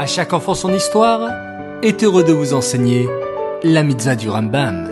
À chaque enfant son histoire est heureux de vous enseigner la mitzvah du Rambam.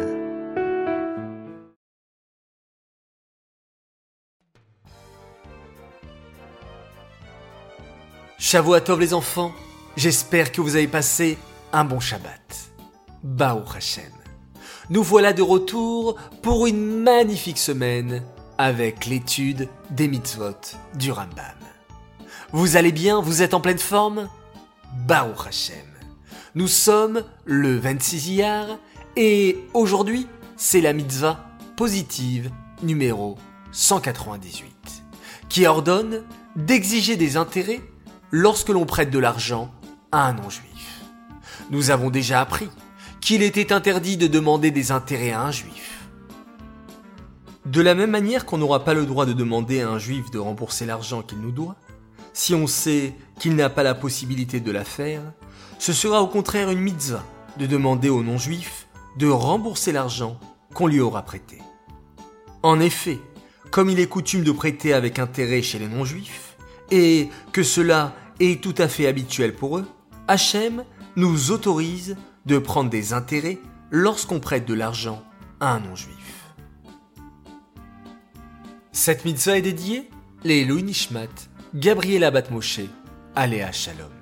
Shavua Tov les enfants, j'espère que vous avez passé un bon Shabbat. Baruch Hashem. Nous voilà de retour pour une magnifique semaine avec l'étude des mitzvot du Rambam. Vous allez bien? Vous êtes en pleine forme? Baruch Hashem. Nous sommes le 26 Iyar et aujourd'hui, c'est la mitzvah positive numéro 198 qui ordonne d'exiger des intérêts lorsque l'on prête de l'argent à un non-juif. Nous avons déjà appris qu'il était interdit de demander des intérêts à un juif. De la même manière qu'on n'aura pas le droit de demander à un juif de rembourser l'argent qu'il nous doit, si on sait qu'il n'a pas la possibilité de la faire, ce sera au contraire une mitzvah de demander aux non-juifs de rembourser l'argent qu'on lui aura prêté. En effet, comme il est coutume de prêter avec intérêt chez les non-juifs, et que cela est tout à fait habituel pour eux, Hachem nous autorise de prendre des intérêts lorsqu'on prête de l'argent à un non-juif. Cette mitzvah est dédiée les Elohim Nishmat, Gabriela Bat Moshe, Aléa Shalom.